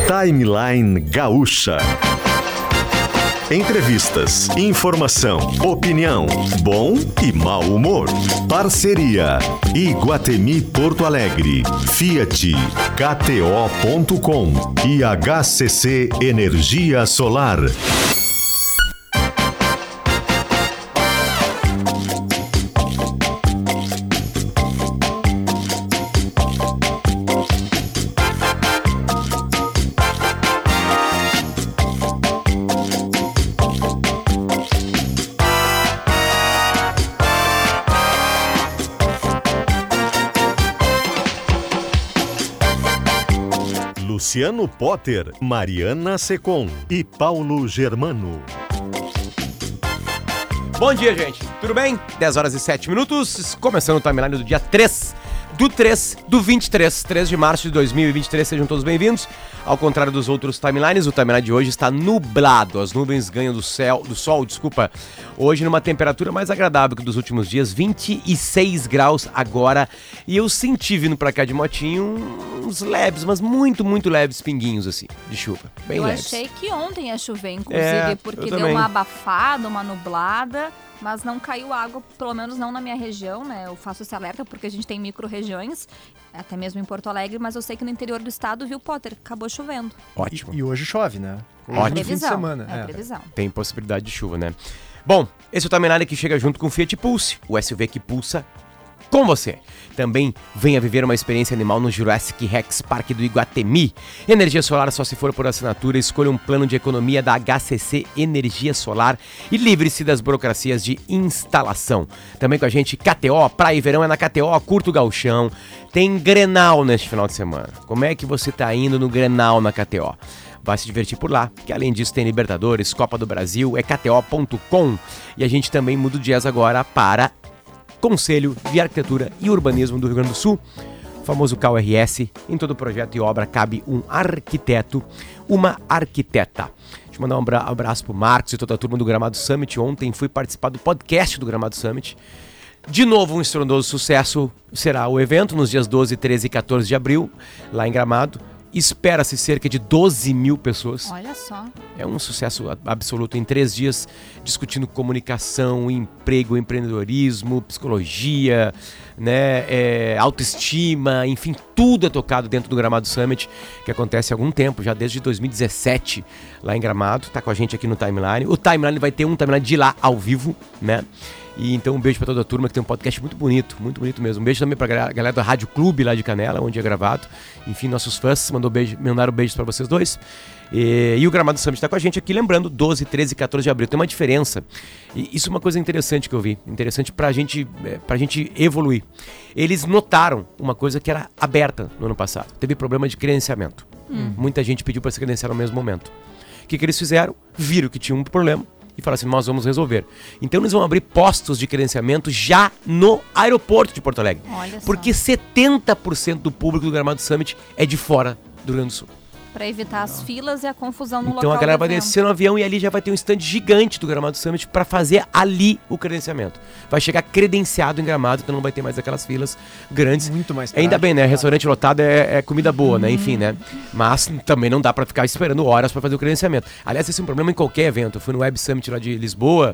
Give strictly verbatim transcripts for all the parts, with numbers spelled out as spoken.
Timeline Gaúcha. Entrevistas, informação, opinião, bom e mau humor. Parceria Iguatemi Porto Alegre, Fiat, K T O ponto com e H C C Energia Solar. Luciano Potter, Mariana Secom e Paulo Germano. Bom dia, gente. Tudo bem? dez horas e sete minutos. Começando o timeline do dia três do três do vinte e três. três de março de dois mil e vinte e três. Sejam todos bem-vindos. Ao contrário dos outros timelines, o timeline de hoje está nublado. As nuvens ganham do céu, do sol, desculpa. Hoje numa temperatura mais agradável que dos últimos dias, vinte e seis graus agora. E eu senti vindo pra cá de motinho uns leves, mas muito, muito leves pinguinhos assim, de chuva. Bem eu leves. achei que ontem ia chover, inclusive, É, porque eu deu também. uma abafada, uma nublada, mas não caiu água, pelo menos não na minha região, né? Eu faço esse alerta porque a gente tem micro-regiões, até mesmo em Porto Alegre, mas eu sei que no interior do estado, viu, Potter, acabou chovendo. Ótimo. E, e hoje chove, né? Ótimo. Hoje no fim de Previsão, semana. é, é. previsão. Tem possibilidade de chuva, né? Bom, esse é o timeline que chega junto com o Fiat Pulse, o S U V que pulsa com você. Também venha viver uma experiência animal no Jurassic Rex Park do Iguatemi. Energia solar só se for por assinatura. Escolha um plano de economia da H C C Energia Solar e livre-se das burocracias de instalação. Também com a gente K T O, praia e verão é na K T O, curto gauchão. Tem Grenal neste final de semana. Como é que você tá indo no Grenal na K T O? Vai se divertir por lá, que além disso tem Libertadores, Copa do Brasil, é K T O ponto com. E a gente também muda o jazz agora para Conselho de Arquitetura e Urbanismo do Rio Grande do Sul, o famoso K U R S. Em todo projeto e obra cabe um arquiteto, uma arquiteta. Deixa eu mandar um abra- abraço pro Marcos e toda a turma do Gramado Summit. Ontem fui participar do podcast do Gramado Summit. De novo, um estrondoso sucesso será o evento nos dias doze, treze e quatorze de abril, lá em Gramado. Espera-se cerca de doze mil pessoas. Olha só. É um sucesso absoluto em três dias, discutindo comunicação, emprego, empreendedorismo, psicologia, né, é, autoestima, enfim, tudo é tocado dentro do Gramado Summit, que acontece há algum tempo, já desde dois mil e dezessete, lá em Gramado. Tá com a gente aqui no Timeline. O Timeline vai ter um Timeline de lá ao vivo, né? E então um beijo pra toda a turma que tem um podcast muito bonito, muito bonito mesmo. Um beijo também pra galera, galera do Rádio Clube lá de Canela, onde é gravado. Enfim, nossos fãs mandou beijo, mandaram beijos pra vocês dois. E, e o Gramado Summit tá com a gente aqui, lembrando, doze, treze e quatorze de abril. Tem uma diferença. E isso é uma coisa interessante que eu vi. Interessante pra gente, pra gente evoluir. Eles notaram uma coisa que era aberta no ano passado. Teve problema de credenciamento. Hum. Muita gente pediu pra se credenciar no mesmo momento. O que, que eles fizeram? Viram que tinha um problema e falaram assim, nós vamos resolver. Então eles vão abrir postos de credenciamento já no aeroporto de Porto Alegre. Olha só. Porque setenta por cento do público do Gramado Summit é de fora do Rio Grande do Sul. Pra evitar as filas e a confusão no local. Então a galera do vai evento. descer no avião e ali já vai ter um stand gigante do Gramado Summit para fazer ali o credenciamento. Vai chegar credenciado em Gramado, então não vai ter mais aquelas filas grandes. Muito mais Ainda prático, bem, né? claro. Restaurante lotado é, é comida boa, né? Enfim, né? Mas também não dá pra ficar esperando horas pra fazer o credenciamento. Aliás, esse é um problema em qualquer evento. Eu fui no Web Summit lá de Lisboa,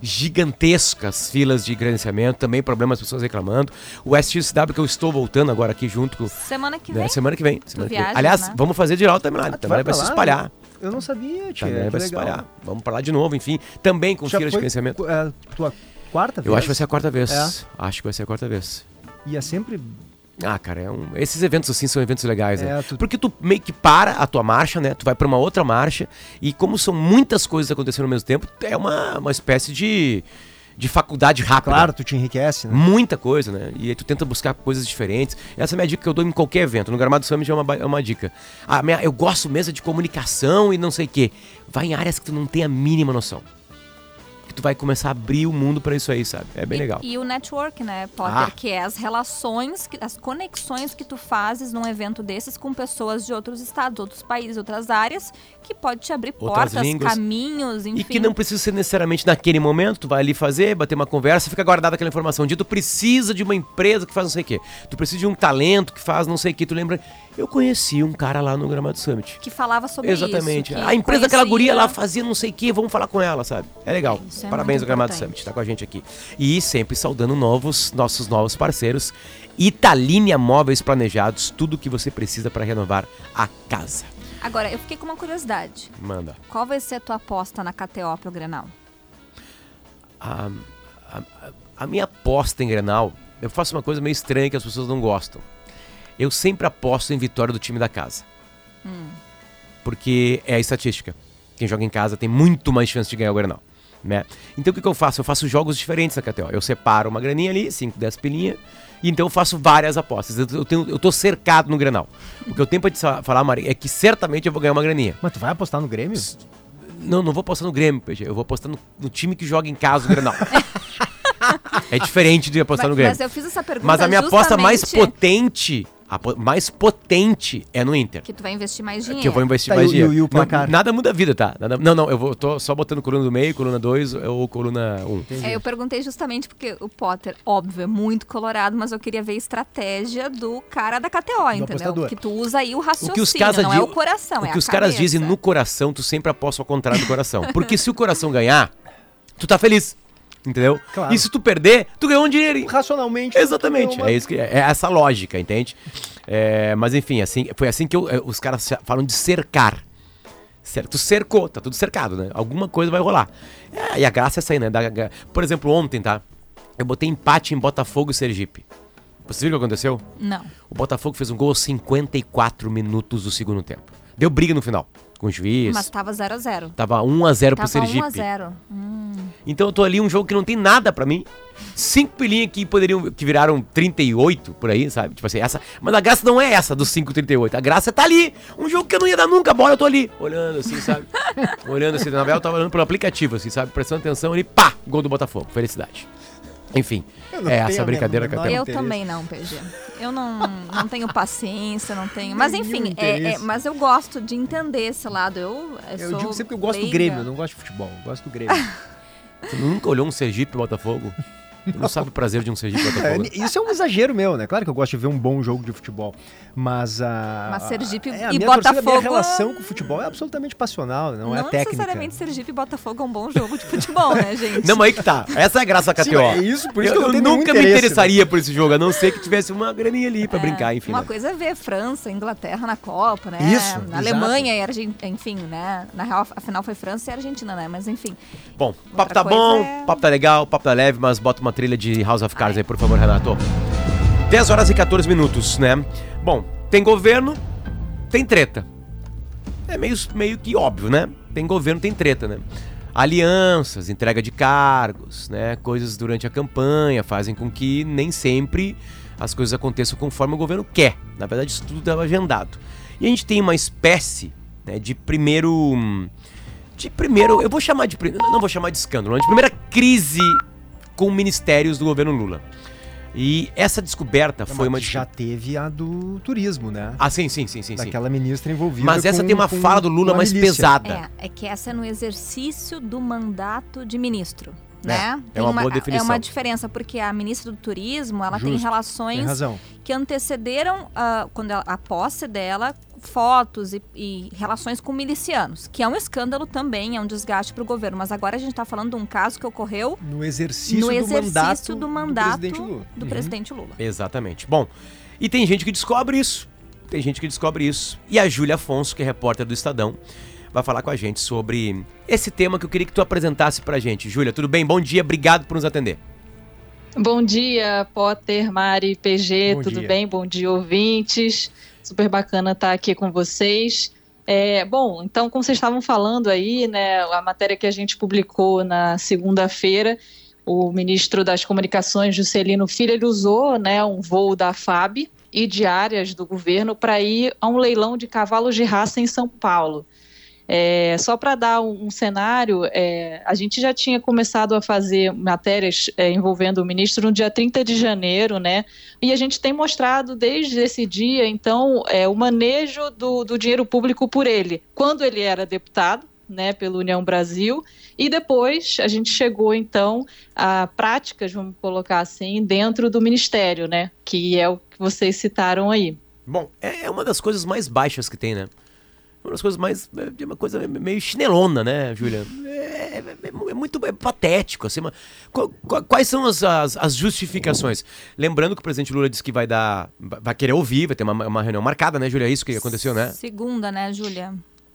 gigantescas filas de credenciamento, também problemas, as pessoas reclamando. O S X W que eu estou voltando agora aqui junto com... Semana que né? vem. Semana que vem. Semana que vem. viajas, Aliás, né? vamos fazer de lá o timeline. Ah, O tu timeline vai pra se lá? espalhar. Eu não sabia, tia. Também que vai se legal. espalhar. Vamos pra lá de novo, enfim. Também com Já fila de foi, credenciamento. É, tua quarta vez? Eu acho que vai ser a quarta vez. É. Acho que vai ser a quarta vez. E é sempre... Ah, cara, é um... esses eventos assim são eventos legais, né? É, tu- Porque tu meio que para a tua marcha, né? Tu vai pra uma outra marcha e como são muitas coisas acontecendo ao mesmo tempo, é uma, uma espécie de, de faculdade rápida. Claro, tu te enriquece, né? Muita coisa, né? E aí tu tenta buscar coisas diferentes. Essa é a minha dica que eu dou em qualquer evento. No Gramado Summit é uma, ba- é uma dica. A minha, eu gosto mesmo de comunicação e não sei o quê. Vai em áreas que tu não tem a mínima noção. Que tu vai começar a abrir o mundo pra isso aí, sabe? É bem e, legal. E o network, né, Potter? Ah. Que é as relações, que- as conexões que tu fazes num evento desses com pessoas de outros estados, outros países, outras áreas, que pode te abrir Outras portas, línguas. caminhos, enfim. E que não precisa ser necessariamente naquele momento, tu vai ali fazer, bater uma conversa, fica guardada aquela informação. Um dia tu precisa de uma empresa que faz não sei o quê. Tu precisa de um talento que faz não sei o quê. Tu lembra... Eu conheci um cara lá no Gramado Summit. Que falava sobre Exatamente. isso. A empresa daquela conhecia... guria lá fazia não sei o que, vamos falar com ela, sabe? É legal. Isso é Parabéns muito ao Gramado importante. Summit, tá com a gente aqui. E sempre saudando novos, nossos novos parceiros. Italínia Móveis Planejados, tudo que você precisa para renovar a casa. Agora, eu fiquei com uma curiosidade. Manda. Qual vai ser a tua aposta na K T O pro Grenal? A, a, a minha aposta em Grenal, eu faço uma coisa meio estranha que as pessoas não gostam. Eu sempre aposto em vitória do time da casa. Hum. Porque é a estatística. Quem joga em casa tem muito mais chance de ganhar o Grenal, né? Então o que, que eu faço? Eu faço jogos diferentes na K T O. Eu separo uma graninha ali, cinco, dez pilinha, e então eu faço várias apostas. Eu, eu, tenho, eu tô cercado no Grenal. O que eu tenho pra te falar, Mari, é que certamente eu vou ganhar uma graninha. Mas tu vai apostar no Grêmio? Não, não vou apostar no Grêmio, P G. Eu vou apostar no, no time que joga em casa o Grenal. É diferente de apostar Mas, no Grêmio. mas eu fiz essa pergunta Mas a minha aposta mais justamente potente, a po- mais potente é no Inter. que tu vai investir mais dinheiro. Que eu vou investir Tá, mais e o- dinheiro. e o placar? Não, nada muda a vida, tá? Nada- não, não, eu vou, tô só botando coluna do meio, coluna dois ou coluna um. É, eu perguntei justamente porque o Potter, óbvio, é muito colorado, mas eu queria ver a estratégia do cara da K T O, entendeu? apostador. Que tu usa aí o O raciocínio, que os caras não é di- o coração, o é que a os caras cabeça. dizem no coração, tu sempre aposta ao contrário do coração. Porque se o coração ganhar, tu tá feliz. Entendeu? Claro. E se tu perder, tu ganhou um dinheirinho. Racionalmente. Exatamente, tu deu uma- é, isso que, é essa lógica, entende? É, mas enfim, assim, foi assim que eu- é, os caras se- falam de cercar. Cer- Tu cercou, tá tudo cercado, né? Alguma coisa vai rolar. É, e a graça é essa aí, né? Da- da- por exemplo, ontem, tá? Eu botei empate em Botafogo e Sergipe. Você viu o que aconteceu? Não. O Botafogo fez um gol aos cinquenta e quatro minutos do segundo tempo. Deu briga no final, com o juiz. Mas tava zero a zero. Tava um a zero pro Tava Sergipe. um a zero. Hum. Então eu tô ali, um jogo que não tem nada pra mim. Cinco pilinhas que poderiam, que viraram trinta e oito por aí, sabe? Tipo assim, essa. Mas a graça não é essa dos cinco trinta e oito. A graça é tá ali. Um jogo que eu não ia dar nunca a bola, eu tô ali. Olhando assim, sabe? Olhando assim, na novela eu tava olhando pelo aplicativo, assim, sabe? Prestando atenção ali, pá! Gol do Botafogo. Felicidade. Enfim, Eu não é tenho essa a brincadeira que eu menor tenho. Eu interesse. também não, P G. Eu não, não tenho paciência, não tenho. Mas Nenhum enfim, é, é- interesse. mas eu gosto de entender esse lado. Eu, eu, Eu sou digo sempre que eu gosto do leiga. Grêmio, eu não gosto de futebol, eu gosto do Grêmio. Você nunca olhou um Sergipe e Botafogo? Tu não sabe o prazer de um Sergipe e É, Botafogo? isso é um exagero meu, né? Claro que eu gosto de ver um bom jogo de futebol, mas a... Mas Sergipe é, a e minha torcida, a Botafogo- minha relação com o futebol é absolutamente passional, não, Não, é técnica. necessariamente Sergipe e Botafogo é um bom jogo de futebol, né, gente? Não, mas aí que tá. Essa é a graça da Sim, K T O. é isso, por isso que eu não tenho nenhum nunca me interesse, interessaria por esse jogo, a não ser que tivesse uma graninha ali pra É, brincar, enfim. Uma né? coisa é ver França, Inglaterra na Copa, né? Isso, Na exato. Alemanha e Argentina, enfim, né? Na real, afinal foi França e Argentina, né? Mas enfim. Bom, o papo Outra tá coisa bom, é- papo tá legal, papo tá leve, mas bota uma trilha de House of Cards aí, por favor, Renato. dez horas e quatorze minutos, né? Bom, tem governo, tem treta. É meio, meio que óbvio, né? Tem governo, tem treta, né? Alianças, entrega de cargos, né? Coisas durante a campanha fazem com que nem sempre as coisas aconteçam conforme o governo quer. Na verdade, isso tudo estava agendado. E a gente tem uma espécie, né, de primeiro... De primeiro... Eu vou chamar de... pri- Não vou chamar de escândalo, mas de primeira crise com ministérios do governo Lula. E essa descoberta Não, foi mas uma... já teve a do turismo, né? Ah, sim, sim, sim, sim. sim. Daquela ministra envolvida. Mas essa com- tem uma com- fala do Lula com a mais milícia. pesada. É, é que essa é no exercício do mandato de ministro, É, né? é Tem uma boa definição. É uma diferença, porque a ministra do Turismo, ela tem Justo, relações Tem razão. que antecederam, ah, quando ela- a posse dela, fotos e, e relações com milicianos, que é um escândalo também, é um desgaste para o governo. Mas agora a gente está falando de um caso que ocorreu No exercício, no do, exercício mandato do mandato do presidente Lula. do Uhum. presidente Lula. Exatamente. Bom, e tem gente que descobre isso. Tem gente que descobre isso. E a Júlia Afonso, que é repórter do Estadão, vai falar com a gente sobre esse tema que eu queria que tu apresentasse pra gente. Júlia, tudo bem? Bom dia, obrigado por nos atender. Bom dia, Potter, Mari, P G, Bom tudo dia. bem? Bom dia, ouvintes. Super bacana estar aqui com vocês. É, bom, então, como vocês estavam falando aí, né, a matéria que a gente publicou na segunda-feira, o ministro das Comunicações, Juscelino Filho, ele usou, né, um voo da F A B e de áreas do governo para ir a um leilão de cavalos de raça em São Paulo. É, só para dar um, um cenário, é, a gente já tinha começado a fazer matérias é, envolvendo o ministro no dia trinta de janeiro, né? E a gente tem mostrado desde esse dia, então, é, o manejo do, do dinheiro público por ele, quando ele era deputado, né, pela União Brasil, e depois a gente chegou, então, a práticas, vamos colocar assim, dentro do Ministério, né? Que é o que vocês citaram aí. Bom, é é uma das coisas mais baixas que tem, né? Uma das coisas mais... É uma coisa meio chinelona, né, Júlia? É, é- é muito é patético, assim. Mas, qu- qu- quais são as, as, as justificações? Lembrando que o presidente Lula disse que vai dar... Vai querer ouvir, vai ter uma, uma reunião marcada, né, Júlia? É isso que aconteceu, né? Segunda, né, Júlia?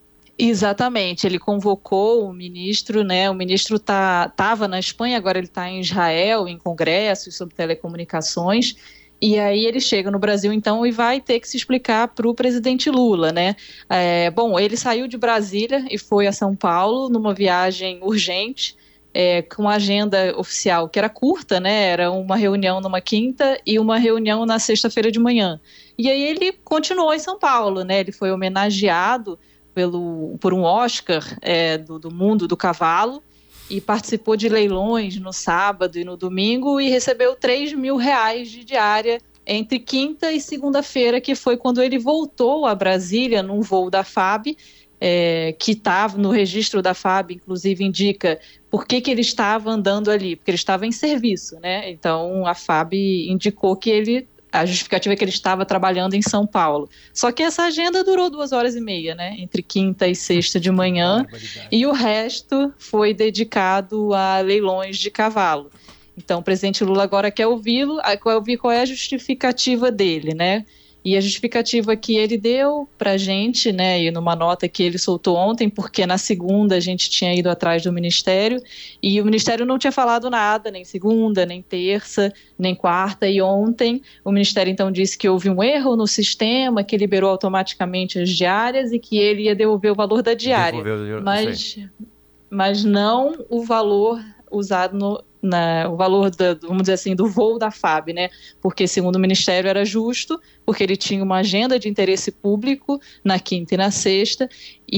Exatamente, ele convocou o ministro, né? O ministro tá, estava na Espanha, agora ele está em Israel, em congressos sobre telecomunicações, e aí ele chega no Brasil, então, e vai ter que se explicar para o presidente Lula, né? É, bom, ele saiu de Brasília e foi a São Paulo numa viagem urgente, é, com a agenda oficial que era curta, né? Era uma reunião numa quinta e uma reunião na sexta-feira de manhã. E aí ele continuou em São Paulo, né? Ele foi homenageado pelo, por um Oscar é, do, do mundo do cavalo e participou de leilões no sábado e no domingo e recebeu três mil reais de diária entre quinta e segunda-feira, que foi quando ele voltou a Brasília num voo da F A B, é, que estava no registro da F A B, inclusive indica por que, que ele estava andando ali, porque ele estava em serviço, né? Então a F A B indicou que ele... A justificativa é que ele estava trabalhando em São Paulo. Só que essa agenda durou duas horas e meia, né? Entre quinta e sexta de manhã. E o resto foi dedicado a leilões de cavalo. Então, o presidente Lula agora quer ouvi-lo, quer ouvir qual é a justificativa dele, né? E a justificativa que ele deu para a gente, né, e numa nota que ele soltou ontem, porque na segunda a gente tinha ido atrás do Ministério, e o Ministério não tinha falado nada, nem segunda, nem terça, nem quarta, e ontem o Ministério então disse que houve um erro no sistema, que liberou automaticamente as diárias e que ele ia devolver o valor da diária, Devolveu, mas, mas não o valor usado no... Na, o valor, da, vamos dizer assim, do voo da F A B, né? Porque, segundo o Ministério, era justo, porque ele tinha uma agenda de interesse público na quinta e na sexta,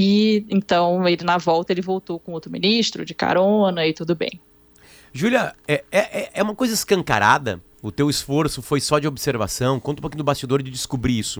e então, ele na volta, ele voltou com outro ministro, de carona, e tudo bem. Júlia, é, é, é uma coisa escancarada? O teu esforço foi só de observação? Conta um pouquinho do bastidor de descobrir isso.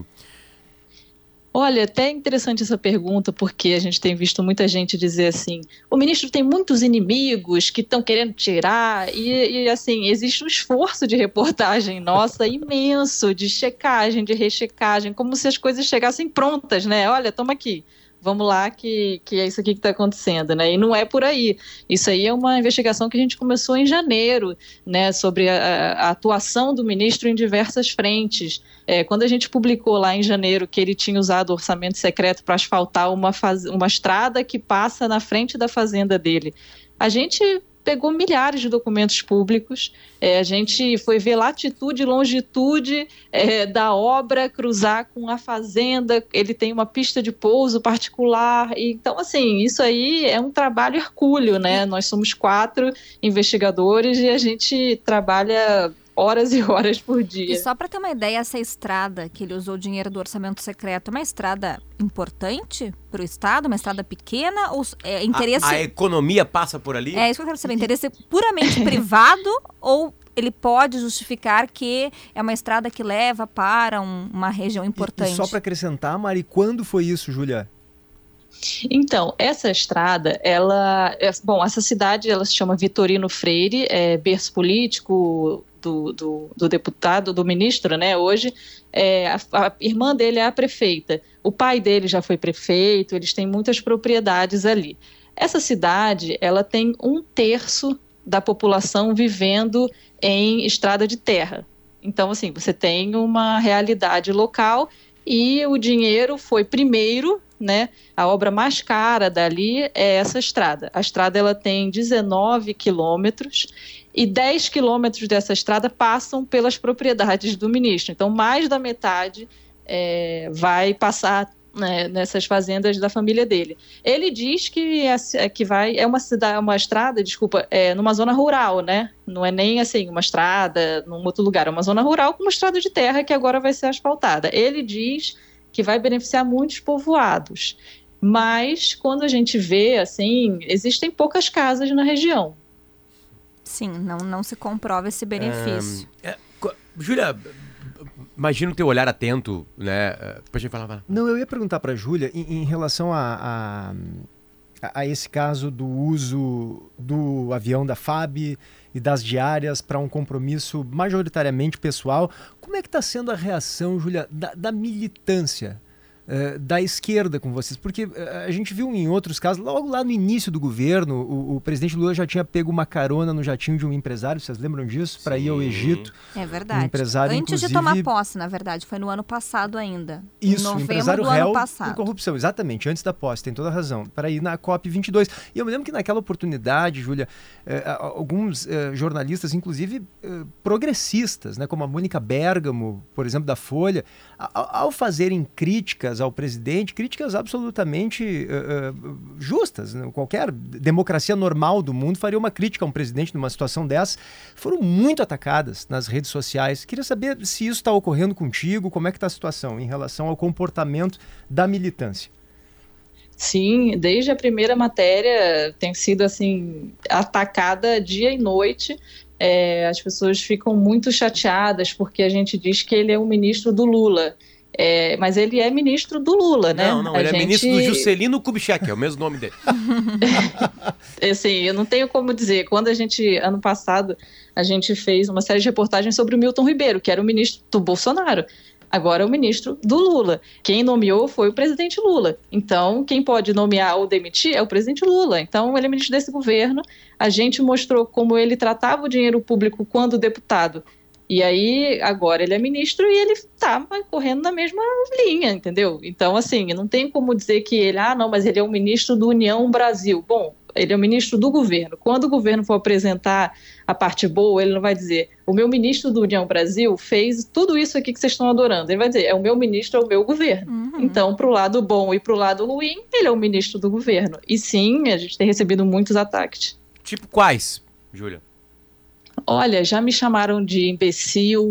Olha, até interessante essa pergunta, porque a gente tem visto muita gente dizer assim, o ministro tem muitos inimigos que estão querendo tirar, e, e assim, existe um esforço de reportagem nossa imenso, de checagem, de rechecagem, como se as coisas chegassem prontas, né? Olha, toma aqui. Vamos lá, que, que é isso aqui que está acontecendo, né? E não é por aí. Isso aí é uma investigação que a gente começou em janeiro, né? Sobre a, a atuação do ministro em diversas frentes. É, quando a gente publicou lá em janeiro que ele tinha usado o orçamento secreto para asfaltar uma, faz... uma estrada que passa na frente da fazenda dele, a gente pegou milhares de documentos públicos, é, a gente foi ver latitude e longitude é, da obra, cruzar com a fazenda, ele tem uma pista de pouso particular, e, então assim, isso aí é um trabalho hercúleo, né? Nós somos quatro investigadores e a gente trabalha horas e horas por dia. E só para ter uma ideia, essa estrada que ele usou o dinheiro do orçamento secreto, é uma estrada importante para o Estado? Uma estrada pequena? Ou é interesse... A, a economia passa por ali? É isso que eu quero saber. Interesse puramente privado ou ele pode justificar que é uma estrada que leva para um, uma região importante? E, e só para acrescentar, Mari, quando foi isso, Júlia? Então, essa estrada, ela... É, bom, essa cidade, ela se chama Vitorino Freire, é berço político do, do, do deputado, do ministro, né, hoje. É, a, a irmã dele é a prefeita. O pai dele já foi prefeito, eles têm muitas propriedades ali. Essa cidade, ela tem um terço da população vivendo em estrada de terra. Então, assim, você tem uma realidade local e o dinheiro foi primeiro, né? A obra mais cara dali é essa estrada. A estrada ela tem dezenove quilômetros e dez quilômetros dessa estrada passam pelas propriedades do ministro. Então, mais da metade é, vai passar, né, nessas fazendas da família dele. Ele diz que, é, que vai, é uma, cidade, uma estrada, desculpa, é numa zona rural, né? Não é nem assim uma estrada num outro lugar, é uma zona rural com uma estrada de terra que agora vai ser asfaltada. Ele diz que vai beneficiar muitos povoados, mas quando a gente vê, assim, existem poucas casas na região. Sim, não, não se comprova esse benefício. Um, é, Júlia, imagina o teu olhar atento, né? Pode falar, falar. Não, eu ia perguntar para a Júlia em, em relação a, a, a, a esse caso do uso do avião da F A B e das diárias para um compromisso majoritariamente pessoal. Como é que está sendo a reação, Júlia, da, da militância uh, da esquerda com vocês? Porque uh, a gente viu em outros casos, logo lá no início do governo, o, o presidente Lula já tinha pego uma carona no jatinho de um empresário, vocês lembram disso? Para ir ao Egito. É verdade. Um empresário, Antes inclusive... de tomar posse, na verdade, foi no ano passado ainda. Isso, em novembro empresário do réu ano passado. por corrupção, exatamente, antes da posse, tem toda a razão, para ir na COP vinte e dois. E eu me lembro que naquela oportunidade, Júlia, eh, alguns eh, jornalistas, inclusive eh, progressistas, né, como a Mônica Bergamo, por exemplo, da Folha, a, ao fazerem críticas ao presidente, críticas absolutamente eh, justas, né? Qualquer democracia normal do mundo faria uma crítica a um presidente numa situação dessa, foram muito atacadas nas redes sociais. Queria saber se isso está ocorrendo contigo, como é que está a situação em relação ao comportamento da militância. Sim, desde a primeira matéria tem sido assim atacada dia e noite. É, as pessoas ficam muito chateadas porque a gente diz que ele é um ministro do Lula. É, mas ele é ministro do Lula, né? Não, não, a ele gente... é ministro do Juscelino Kubitschek, é o mesmo nome dele. Assim, eu não tenho como dizer. Quando a gente, ano passado, a gente fez uma série de reportagens sobre o Milton Ribeiro, que era o ministro do Bolsonaro. Agora é o ministro do Lula. Quem nomeou foi o presidente Lula. Então, quem pode nomear ou demitir é o presidente Lula. Então, ele é ministro desse governo. A gente mostrou como ele tratava o dinheiro público quando deputado. E aí, agora ele é ministro e ele tá correndo na mesma linha, entendeu? Então, assim, não tem como dizer que ele, ah, não, mas ele é o ministro do União Brasil. Bom, ele é o ministro do governo. Quando o governo for apresentar a parte boa, ele não vai dizer, o meu ministro do União Brasil fez tudo isso aqui que vocês estão adorando. Ele vai dizer, é o meu ministro, é o meu governo. Uhum. Então, pro lado bom e pro lado ruim, ele é o ministro do governo. E sim, a gente tem recebido muitos ataques. Tipo quais, Júlia? Olha, já me chamaram de imbecil,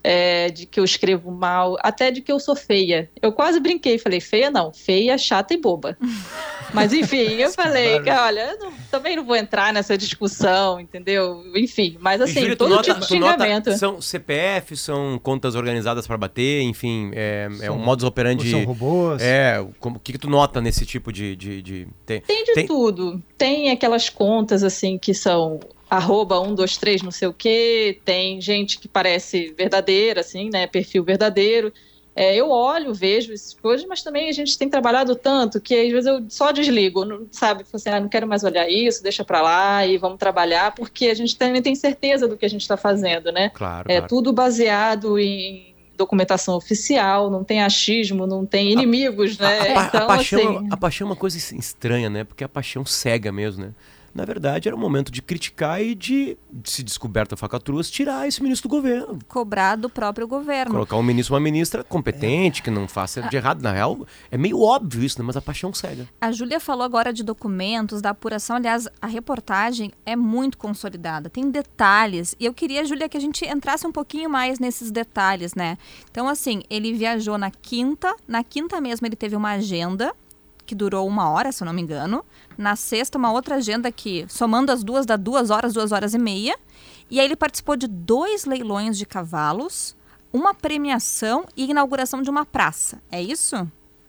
é, de que eu escrevo mal, até de que eu sou feia. Eu quase brinquei, falei, feia não, feia, chata e boba. Mas enfim, eu falei, que, olha, eu não, também não vou entrar nessa discussão, entendeu? Enfim, mas assim, Júlia, todo nota, tipo de xingamento. Nota, são C P F, são contas organizadas para bater, enfim, é, é um modus operandi... São robôs. É, o que, que tu nota nesse tipo de... de, de tem, tem de tem... tudo. Tem aquelas contas, assim, que são... arroba um, dois, três, não sei o quê, tem gente que parece verdadeira, assim, né, perfil verdadeiro. É, eu olho, vejo essas coisas, mas também a gente tem trabalhado tanto que às vezes eu só desligo, não, sabe, assim, ah, não quero mais olhar isso, deixa pra lá e vamos trabalhar, porque a gente também tem certeza do que a gente está fazendo, né? Claro, é claro. Tudo baseado em documentação oficial, não tem achismo, não tem inimigos, a, né? A, a, então, a, paixão, assim... a paixão é uma coisa estranha, né? Porque a paixão cega mesmo, né? Na verdade, era o momento de criticar e de, se descoberta falcatruas, tirar esse ministro do governo. Cobrar do próprio governo. Colocar um ministro, uma ministra competente, que não faça de errado. Na real, é meio óbvio isso, né? Mas a paixão cega. A Júlia falou agora de documentos, da apuração. Aliás, a reportagem é muito consolidada, tem detalhes. E eu queria, Júlia, que a gente entrasse um pouquinho mais nesses detalhes, né? Então, assim, ele viajou na quinta. Na quinta mesmo, ele teve uma agenda que durou uma hora, se eu não me engano. Na sexta, uma outra agenda que, somando as duas, dá duas horas, duas horas e meia. E aí ele participou de dois leilões de cavalos, uma premiação e inauguração de uma praça. É isso?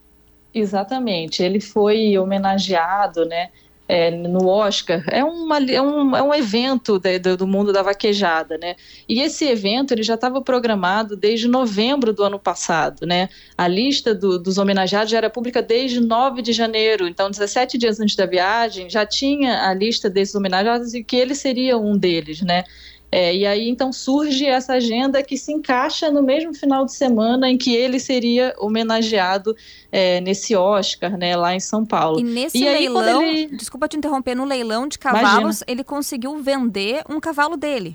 Exatamente. Ele foi homenageado, né, é, no Oscar. É, uma, é, um, é um evento de, de, do mundo da vaquejada, né? E esse evento ele já estava programado desde novembro do ano passado, né? A lista do, dos homenageados já era pública desde nove de janeiro. Então, dezessete dias antes da viagem, já tinha a lista desses homenageados e que ele seria um deles, né? É, e aí, então, surge essa agenda que se encaixa no mesmo final de semana em que ele seria homenageado é, nesse Oscar, né, lá em São Paulo. E nesse e aí, leilão, ele... desculpa te interromper, no leilão de cavalos, Imagina. ele conseguiu vender um cavalo dele.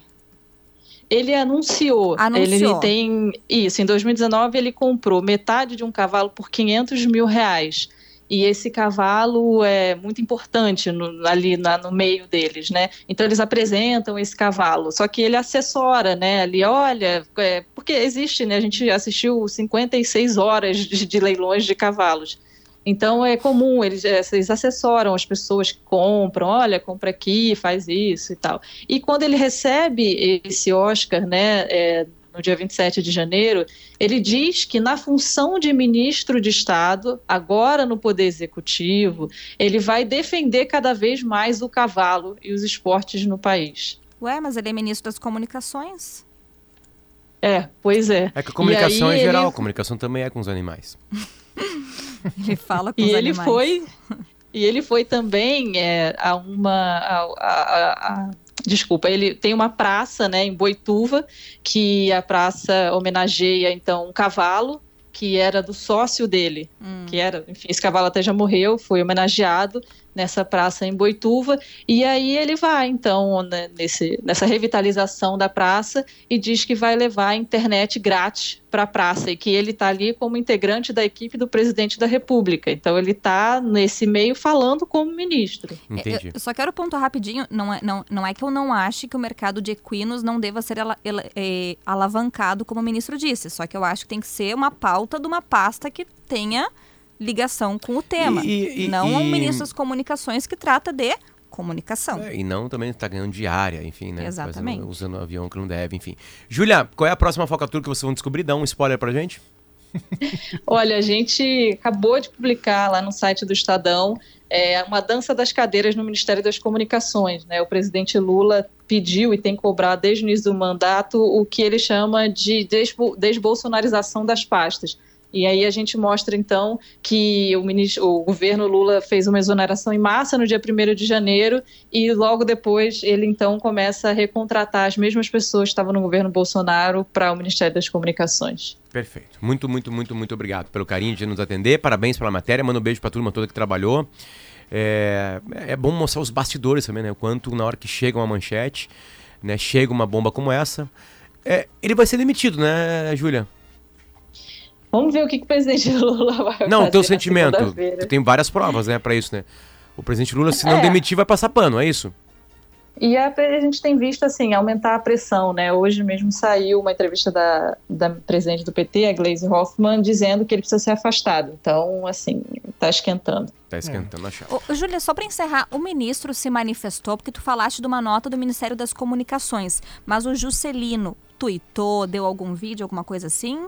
Ele anunciou, Anunciou. Ele tem isso, em dois mil e dezenove ele comprou metade de um cavalo por quinhentos mil reais. E esse cavalo é muito importante no, ali na, no meio deles, né? Então eles apresentam esse cavalo, só que ele assessora, né? Ali, olha, é, porque existe, né? A gente assistiu cinquenta e seis horas de, de leilões de cavalos. Então é comum, eles, eles assessoram as pessoas que compram, olha, compra aqui, faz isso e tal. E quando ele recebe esse Oscar, né, é, no dia vinte e sete de janeiro, ele diz que na função de ministro de Estado, agora no Poder Executivo, ele vai defender cada vez mais o cavalo e os esportes no país. Ué, mas ele é ministro das Comunicações? É, pois é. É que a comunicação é ele... geral, a comunicação também é com os animais. Ele fala com e os ele animais. Foi, e ele foi também é, a uma... A, a, a, Desculpa, ele tem uma praça, né, em Boituva, que a praça homenageia, então, um cavalo que era do sócio dele, hum. que era, enfim, esse cavalo até já morreu, foi homenageado nessa praça em Boituva, e aí ele vai, então, né, nesse, nessa revitalização da praça e diz que vai levar a internet grátis para a praça e que ele está ali como integrante da equipe do presidente da República. Então, ele está nesse meio falando como ministro. Entendi. Eu só quero pontuar rapidinho, não é, não, não é que eu não ache que o mercado de equinos não deva ser ala, ala, é, alavancado, como o ministro disse, só que eu acho que tem que ser uma pauta de uma pasta que tenha ligação com o tema, e, e, não e, um ministro das Comunicações que trata de comunicação. É, e não também está ganhando diária, enfim, né? Exatamente. Fazendo, usando o avião que não deve, enfim. Júlia, qual é a próxima falcatrua que vocês vão descobrir? Dá um spoiler pra gente. Olha, a gente acabou de publicar lá no site do Estadão é, uma dança das cadeiras no Ministério das Comunicações, né? O presidente Lula pediu e tem cobrado desde o início do mandato o que ele chama de desbol- desbolsonarização das pastas. E aí a gente mostra, então, que o, ministro, o governo Lula fez uma exoneração em massa no dia primeiro de janeiro e logo depois ele, então, começa a recontratar as mesmas pessoas que estavam no governo Bolsonaro para o Ministério das Comunicações. Perfeito. Muito, muito, muito, muito obrigado pelo carinho de nos atender. Parabéns pela matéria. Manda um beijo para a turma toda que trabalhou. É, é bom mostrar os bastidores também, né? O quanto na hora que chega uma manchete, né? Chega uma bomba como essa, é, ele vai ser demitido, né, Júlia? Vamos ver o que, que o presidente Lula vai fazer. Não, teu sentimento. Tem várias provas, né, pra isso, né? O presidente Lula, se não é. demitir, vai passar pano, é isso? E a, a gente tem visto, assim, aumentar a pressão, né? Hoje mesmo saiu uma entrevista da, da presidente do P T, a Gleisi Hoffmann, dizendo que ele precisa ser afastado. Então, assim, tá esquentando. Tá esquentando é. a chave. Ô, Júlia, só para encerrar, o ministro se manifestou, porque tu falaste de uma nota do Ministério das Comunicações, mas o Juscelino tuitou, deu algum vídeo, alguma coisa assim?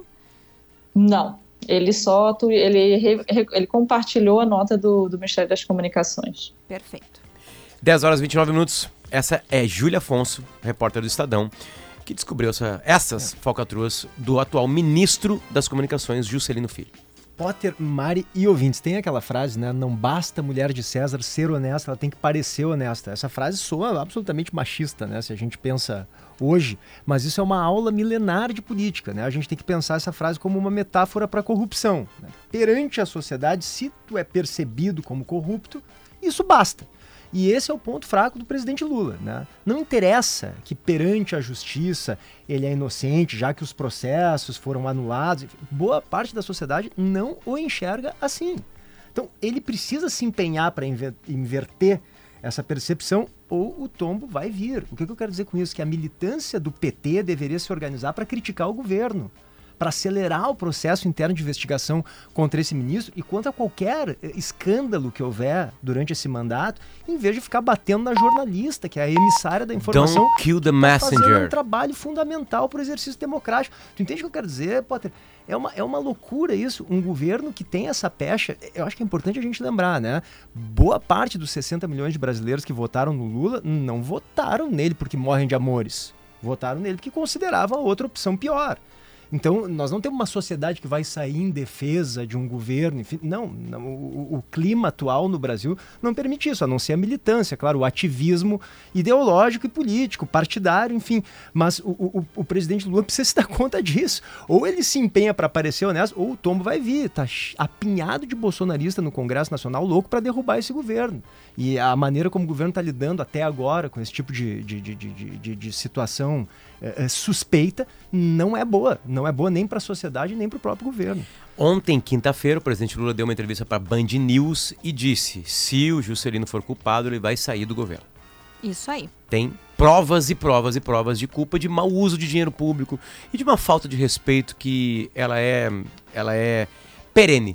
Não, ele só tu, ele, ele compartilhou a nota do, do Ministério das Comunicações. Perfeito. dez horas e vinte e nove minutos. Essa é Júlia Afonso, repórter do Estadão, que descobriu essa, essas é. falcatruas do atual ministro das Comunicações, Juscelino Filho. Potter, Mari e ouvintes, tem aquela frase, né? Não basta a mulher de César ser honesta, ela tem que parecer honesta. Essa frase soa absolutamente machista, né? Se a gente pensa hoje, mas isso é uma aula milenar de política, né? A gente tem que pensar essa frase como uma metáfora para a corrupção, né? Perante a sociedade, se tu é percebido como corrupto, isso basta. E esse é o ponto fraco do presidente Lula, né? Não interessa que perante a justiça ele é inocente, já que os processos foram anulados. Boa parte da sociedade não o enxerga assim. Então, ele precisa se empenhar para inverter essa percepção ou o tombo vai vir. O que eu quero dizer com isso? Que a militância do P T deveria se organizar para criticar o governo, para acelerar o processo interno de investigação contra esse ministro e contra qualquer escândalo que houver durante esse mandato, em vez de ficar batendo na jornalista, que é a emissária da informação. Don't kill the messenger. Fazendo um trabalho fundamental para o exercício democrático. Tu entende o que eu quero dizer, Potter? É uma, é uma loucura isso. Um governo que tem essa pecha, eu acho que é importante a gente lembrar, né? Boa parte dos sessenta milhões de brasileiros que votaram no Lula não votaram nele porque morrem de amores. Votaram nele porque consideravam a outra opção pior. Então, nós não temos uma sociedade que vai sair em defesa de um governo, enfim, não, não o, o clima atual no Brasil não permite isso, a não ser a militância, claro, o ativismo ideológico e político, partidário, enfim, mas o, o, o presidente Lula precisa se dar conta disso, ou ele se empenha para parecer honesto, ou o tombo vai vir, tá apinhado de bolsonarista no Congresso Nacional, louco para derrubar esse governo, e a maneira como o governo está lidando até agora com esse tipo de, de, de, de, de, de situação é, suspeita, não é boa, não é boa nem para a sociedade nem para o próprio governo. Ontem, quinta-feira, o presidente Lula deu uma entrevista para a Band News e disse: se o Juscelino for culpado, ele vai sair do governo. Isso aí. Tem provas e provas e provas de culpa, de mau uso de dinheiro público e de uma falta de respeito que ela é, ela é perene.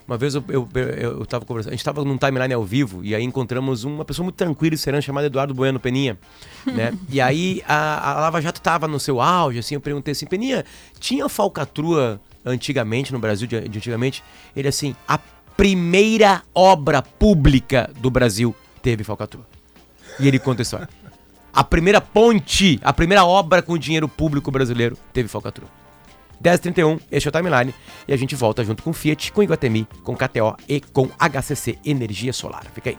Uma vez eu, eu, eu, eu tava conversando, a gente tava num timeline ao vivo e aí encontramos uma pessoa muito tranquila e serena chamada Eduardo Bueno Peninha, né? E aí a, a Lava Jato tava no seu auge, assim, eu perguntei assim, Peninha, tinha falcatrua antigamente no Brasil, de, de antigamente? Ele assim, a primeira obra pública do Brasil teve falcatrua. E ele conta a história. A primeira ponte, a primeira obra com dinheiro público brasileiro teve falcatrua. dez e trinta e um, este é o Timeline, e a gente volta junto com Fiat, com Iguatemi, com K T O e com H C C Energia Solar. Fica aí.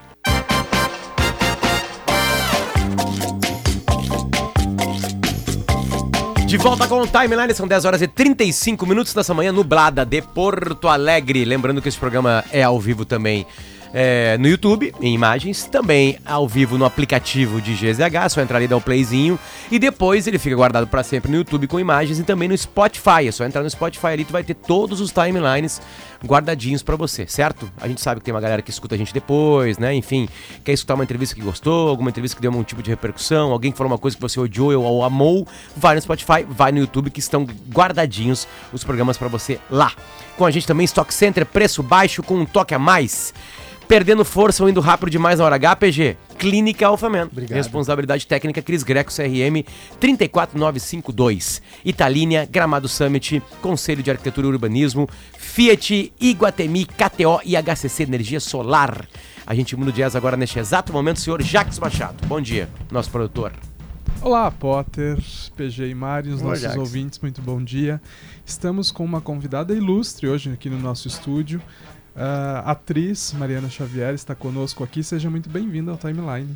De volta com o Timeline, são dez horas e trinta e cinco minutos dessa manhã nublada de Porto Alegre. Lembrando que esse programa é ao vivo também é, no YouTube, em imagens, também ao vivo no aplicativo de G Z H, só entrar ali e dar um playzinho, e depois ele fica guardado para sempre no YouTube com imagens e também no Spotify. É só entrar no Spotify ali, tu vai ter todos os timelines guardadinhos para você, certo? A gente sabe que tem uma galera que escuta a gente depois, né? Enfim, quer escutar uma entrevista que gostou, alguma entrevista que deu algum tipo de repercussão, alguém que falou uma coisa que você odiou ou amou, vai no Spotify, vai no YouTube, que estão guardadinhos os programas para você lá. Com a gente também, Stock Center, preço baixo com um toque a mais. Perdendo força ou indo rápido demais na hora H, P G? Clínica Alphaman. Obrigado. Responsabilidade técnica Cris Greco, C R M três quatro nove cinco dois. Italínia, Gramado Summit, Conselho de Arquitetura e Urbanismo, Fiat, Iguatemi, K T O e H C C Energia Solar. A gente muda o jazz agora neste exato momento, senhor Jacques Machado. Bom dia, nosso produtor. Olá, Potter, P G e Mário, os Olá, nossos Jacques. ouvintes, muito bom dia. Estamos com uma convidada ilustre hoje aqui no nosso estúdio. Uh, a atriz Mariana Xavier está conosco aqui. Seja muito bem-vinda ao Timeline.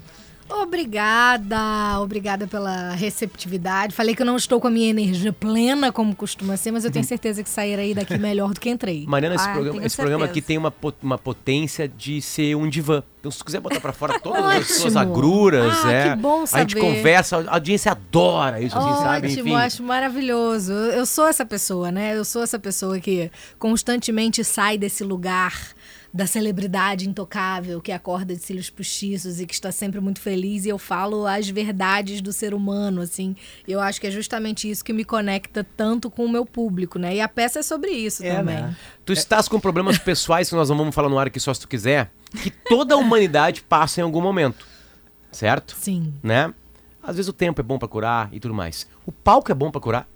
Obrigada, obrigada pela receptividade. Falei que eu não estou com a minha energia plena, como costuma ser, mas eu tenho certeza que sairei daqui melhor do que entrei. Mariana, esse, Ah, programa, tenho esse programa aqui certeza. tem uma, po- uma potência de ser um divã. Então, se tu quiser botar pra fora todas as Ótimo. suas agruras, Ah, é, que bom a gente saber. conversa, a audiência adora isso, assim, sabe? Ótimo, Enfim. acho maravilhoso. Eu eu sou essa pessoa, né? Eu sou essa pessoa que constantemente sai desse lugar da celebridade intocável, que acorda de cílios postiços e que está sempre muito feliz, e eu falo as verdades do ser humano, assim. Eu acho que é justamente isso que me conecta tanto com o meu público, né? E a peça é sobre isso É, também. né? Tu estás com problemas pessoais, que nós não vamos falar no ar aqui só se tu quiser, que toda a humanidade passa em algum momento, certo? Sim. Né? Às vezes o tempo é bom pra curar e tudo mais. O palco é bom pra curar?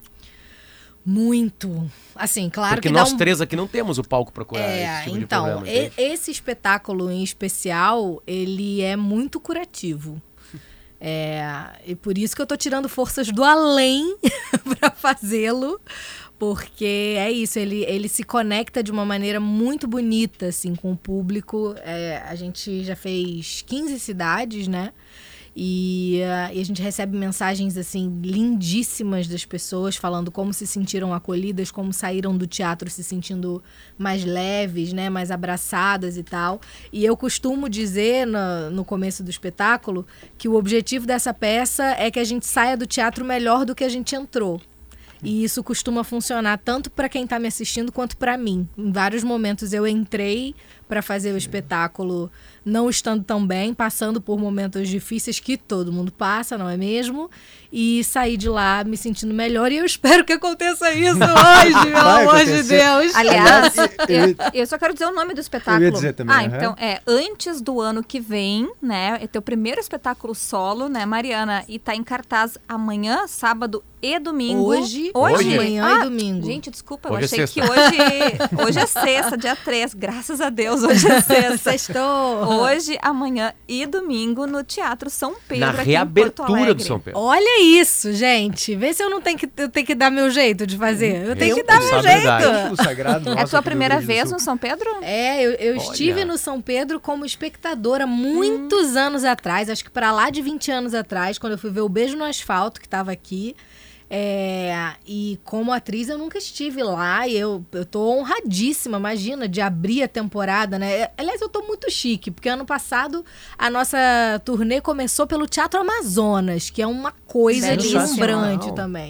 Muito. Assim, claro Porque que nós dá um... três aqui não temos o palco pra curar É, esse tipo então, de problema. e- entende? esse espetáculo em especial, ele é muito curativo. É, e por isso que eu tô tirando forças do além pra fazê-lo, porque é isso, ele, ele se conecta de uma maneira muito bonita, assim, com o público. É, a gente já fez quinze cidades, né? E, uh, e a gente recebe mensagens, assim, lindíssimas das pessoas falando como se sentiram acolhidas, como saíram do teatro se sentindo mais leves, né, mais abraçadas e tal. E eu costumo dizer no, no começo do espetáculo que o objetivo dessa peça é que a gente saia do teatro melhor do que a gente entrou. E isso costuma funcionar tanto para quem está me assistindo quanto para mim. Em vários momentos eu entrei para fazer o espetáculo não estando tão bem, passando por momentos difíceis que todo mundo passa, não é mesmo? E saí de lá me sentindo melhor, e eu espero que aconteça isso hoje, pelo Vai amor de acontecer. Deus. Aliás, eu- eu, eu só quero dizer o nome do espetáculo. Eu ia dizer também, Ah, aham. então, é antes do ano que vem, né? É teu primeiro espetáculo solo, né, Mariana? E tá em cartaz amanhã, sábado e domingo. Hoje, Hoje? amanhã Ah, e domingo. Gente, desculpa, Hoje é eu achei sexta. que hoje, hoje é sexta, dia três. Graças a Deus, hoje é sexta. Sextou. Hoje, amanhã e domingo no Teatro São Pedro, Na aqui em Porto reabertura Alegre. do São Pedro. Olha isso, gente. Vê se eu não tenho que, eu tenho que dar meu jeito de fazer. Eu tenho que dar meu Responsabilidade. jeito. O sagrado É nosso a tua aqui do primeira Rio Grande do vez Sul. no São Pedro? É, eu, eu Olha. estive no São Pedro como espectadora muitos anos atrás, acho que para lá de vinte anos atrás, quando eu fui ver o Beijo no Asfalto, que estava aqui. É, e como atriz eu nunca estive lá, e eu, eu tô honradíssima, imagina, de abrir a temporada, né? Aliás, eu tô muito chique, porque ano passado a nossa turnê começou pelo Teatro Amazonas, que é uma coisa Belíssimo. deslumbrante Sensacional. também.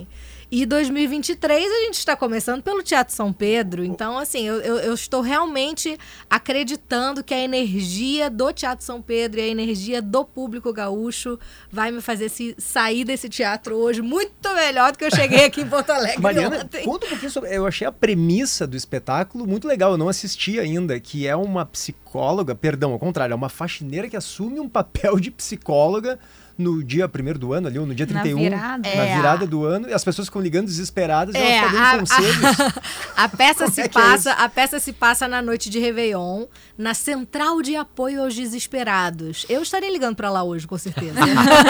E dois mil e vinte e três a gente está começando pelo Teatro São Pedro. Então, assim, eu, eu, eu estou realmente acreditando que a energia do Teatro São Pedro e a energia do público gaúcho vai me fazer se, sair desse teatro hoje muito melhor do que eu cheguei aqui em Porto Alegre Mariana, ontem. conta um pouquinho sobre... Eu achei a premissa do espetáculo muito legal, eu não assisti ainda, que é uma psicóloga, perdão, ao contrário, é uma faxineira que assume um papel de psicóloga no dia primeiro do ano ali, ou no dia trinta e um, Na virada. na É. virada do ano, e as pessoas ficam ligando desesperadas e É, elas ficam a, dando conselhos. a, a peça Como se é que é passa, isso? a peça se passa na noite de Réveillon, na Central de Apoio aos Desesperados. Eu estarei ligando para lá hoje, com certeza.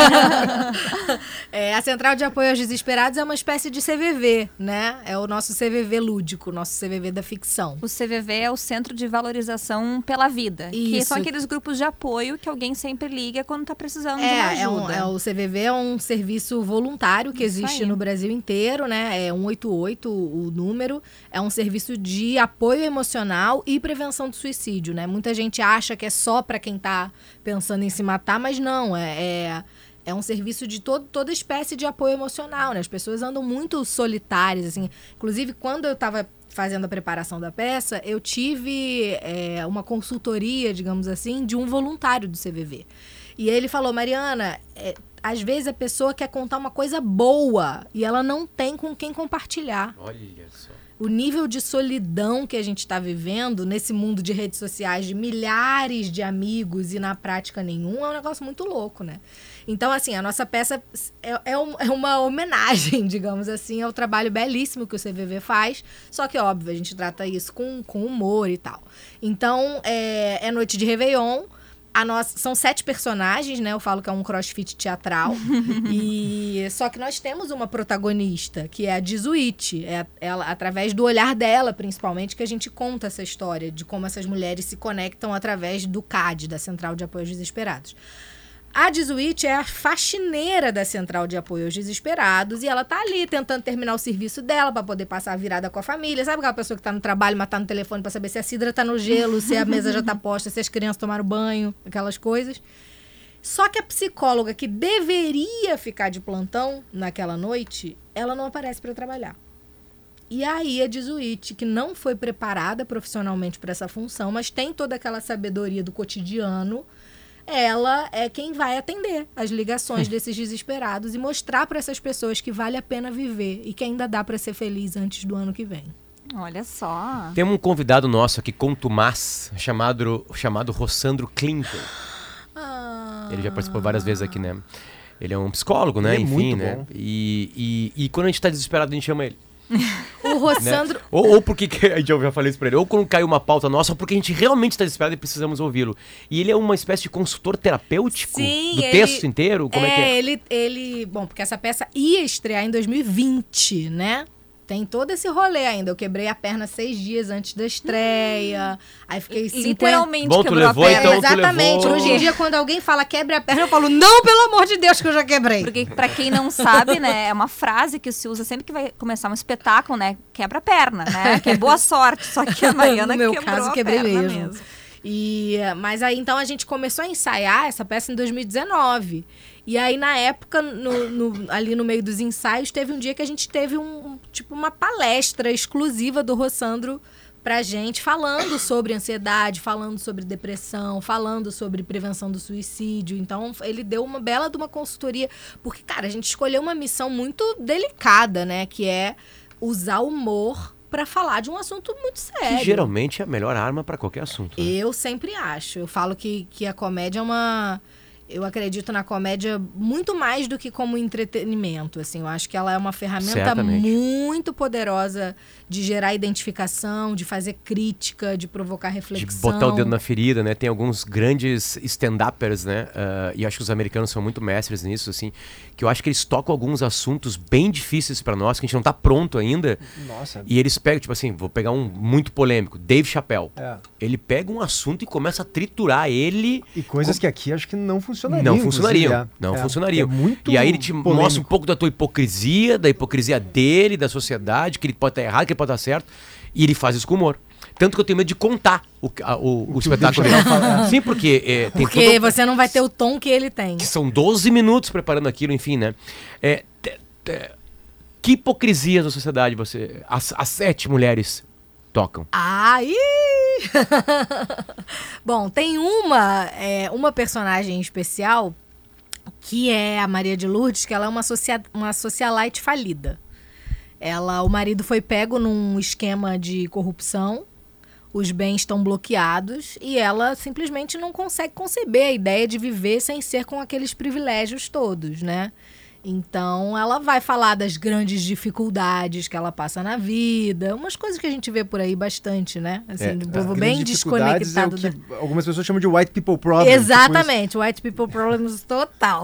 É, a Central de Apoio aos Desesperados é uma espécie de C V V, né? É o nosso C V V lúdico, nosso C V V da ficção. O C V V é o Centro de Valorização pela Vida. Que Isso. são aqueles grupos de apoio que alguém sempre liga quando tá precisando de uma É, é, um, ajuda. é o C V V é um serviço voluntário que Isso existe aí. no Brasil inteiro, né? É cento e oitenta e oito o número. É um serviço de apoio emocional e prevenção do suicídio, né? Muita gente acha que é só para quem tá pensando em se matar, mas não. É, é, é um serviço de todo, toda espécie de apoio emocional, né? As pessoas andam muito solitárias, assim. Inclusive, quando eu tava fazendo a preparação da peça, eu tive é, uma consultoria, digamos assim, de um voluntário do C V V. E ele falou, Mariana, é, às vezes a pessoa quer contar uma coisa boa e ela não tem com quem compartilhar. Olha só. O nível de solidão que a gente está vivendo nesse mundo de redes sociais, de milhares de amigos e na prática nenhum, é um negócio muito louco, né? Então, assim, a nossa peça é, é, um, é uma homenagem, digamos assim, ao trabalho belíssimo que o C V V faz, só que, óbvio, a gente trata isso com, com humor e tal. Então, é, é noite de Réveillon. A nossa, são sete personagens, né? Eu falo que é um crossfit teatral. E só que nós temos uma protagonista, que é a Jesuíte. É ela, através do olhar dela, principalmente, que a gente conta essa história de como essas mulheres se conectam através do C A D, da Central de Apoio aos Desesperados. A Jesuíte é a faxineira da Central de Apoio aos Desesperados e ela tá ali tentando terminar o serviço dela para poder passar a virada com a família. Sabe aquela pessoa que tá no trabalho, mas tá no telefone para saber se a cidra tá no gelo, se a mesa já tá posta, se as crianças tomaram banho, aquelas coisas. Só que a psicóloga que deveria ficar de plantão naquela noite, ela não aparece para trabalhar. E aí a Jesuíte, que não foi preparada profissionalmente para essa função, mas tem toda aquela sabedoria do cotidiano, ela é quem vai atender as ligações desses desesperados e mostrar para essas pessoas que vale a pena viver e que ainda dá para ser feliz antes do ano que vem. Olha só. Tem um convidado nosso aqui, contumaz, chamado, chamado Rossandro Clinton. Ah. Ele já participou várias vezes aqui, né? Ele é um psicólogo, né? Ele é Enfim, muito né? bom. E, e, e quando a gente tá desesperado, a gente chama ele. O Rossandro... Né? Ou, ou porque, a gente já falei isso pra ele, ou quando caiu uma pauta nossa, ou porque a gente realmente está desesperado e precisamos ouvi-lo. E ele é uma espécie de consultor terapêutico Sim, do ele- texto inteiro? Como é, que é? ele, ele... Bom, porque essa peça ia estrear em dois mil e vinte, né? Tem todo esse rolê ainda. Eu quebrei a perna seis dias antes da estreia. Aí fiquei cinquenta... Literalmente Bom, tu quebrou levou, a perna. então, tu Exatamente. levou- Hoje em dia, quando alguém fala quebre a perna, eu falo, não, pelo amor de Deus, que eu já quebrei. Porque, pra quem não sabe, né, é uma frase que se usa sempre que vai começar um espetáculo, né? Quebra a perna, né? Que é boa sorte. Só que a Mariana No meu quebrou caso, a quebrei perna mesmo. mesmo. E, mas aí, então, a gente começou a ensaiar essa peça em dois mil e dezenove. E aí, na época, no, no- ali no meio dos ensaios, teve um dia que a gente teve um, tipo, uma palestra exclusiva do Rossandro pra gente, falando sobre ansiedade, falando sobre depressão, falando sobre prevenção do suicídio. Então, ele deu uma bela de uma consultoria, porque, cara, a gente escolheu uma missão muito delicada, né? Que é usar o humor pra falar de um assunto muito sério. Que geralmente é a melhor arma pra qualquer assunto. Né? Eu sempre acho. Eu falo que, que a comédia é uma... Eu acredito na comédia muito mais do que como entretenimento, assim. Eu acho que ela é uma ferramenta Certamente. muito poderosa de gerar identificação, de fazer crítica, de provocar De reflexão. botar o dedo na ferida, né? Tem alguns grandes stand-uppers, né? Ah, e acho que os americanos são muito mestres nisso, assim. Que eu acho que eles tocam alguns assuntos bem difíceis pra nós, que a gente não tá pronto ainda. Nossa. E eles pegam, tipo assim, vou pegar um muito polêmico, Dave Chappelle. É. Ele pega um assunto e começa a triturar ele. E coisas que aqui acho que não funcionariam. Não inclusive, funcionariam, é. não É. funcionariam. É muito E aí ele te polêmico. mostra um pouco da tua hipocrisia, da hipocrisia dele, da sociedade, que ele pode estar errado, que ele pode estar certo. E ele faz isso com humor. Tanto que eu tenho medo de contar o, a- o, o que o espetáculo Dave dele. Chappelle fala. Sim, porque é, tem Porque todo- você não vai ter o tom que ele tem. que são doze minutos preparando aquilo, enfim, né? É, te- te- Que hipocrisias da sociedade você, as, as sete mulheres tocam? Ai! Bom, tem uma, é, uma personagem especial que é a Maria de Lourdes, que ela é uma, socia uma socialite falida. Ela, o marido foi pego num esquema de corrupção, os bens estão bloqueados e ela simplesmente não consegue conceber a ideia de viver sem ser com aqueles privilégios todos, né? Então, ela vai falar das grandes dificuldades que ela passa na vida, umas coisas que a gente vê por aí bastante, né? Assim, É, do As povo grandes bem dificuldades desconectado. É o que da... algumas pessoas chamam de white people problem. Exatamente, white people problems total.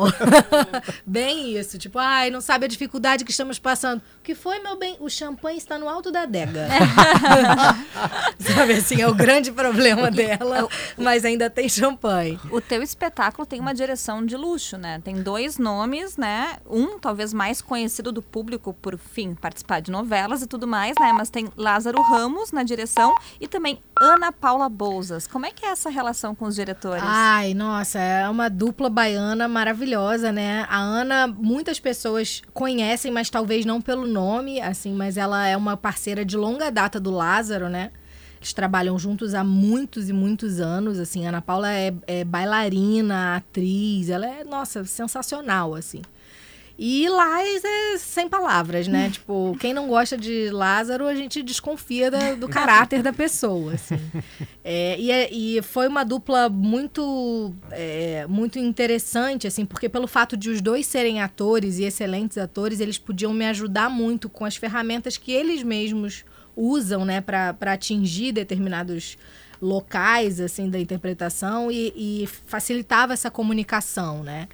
Bem isso, tipo, ai, não sabe a dificuldade que estamos passando. O que foi, meu bem? O champanhe está no alto da adega. Sabe assim, é o grande problema dela, mas ainda tem champanhe. O teu espetáculo tem uma direção de luxo, né? Tem dois nomes, né? Um, talvez mais conhecido do público por, enfim, participar de novelas e tudo mais, né? Mas tem Lázaro Ramos na direção e também Ana Paula Bouzas. Como é que é essa relação com os diretores? Ai, nossa, é uma dupla baiana maravilhosa, né? A Ana, muitas pessoas conhecem, mas talvez não pelo nome, assim, mas ela é uma parceira de longa data do Lázaro, né? Eles trabalham juntos há muitos e muitos anos, assim. A Ana Paula é, é bailarina, atriz, ela é, nossa, sensacional, assim. E Lázaro é sem palavras, né? Tipo, quem não gosta de Lázaro, a gente desconfia da, do caráter da pessoa, assim. É, e, é, e foi uma dupla muito, é, muito interessante, assim, porque pelo fato de os dois serem atores e excelentes atores, eles podiam me ajudar muito com as ferramentas que eles mesmos usam, né, para atingir determinados locais, assim, da interpretação e, e facilitava essa comunicação, né?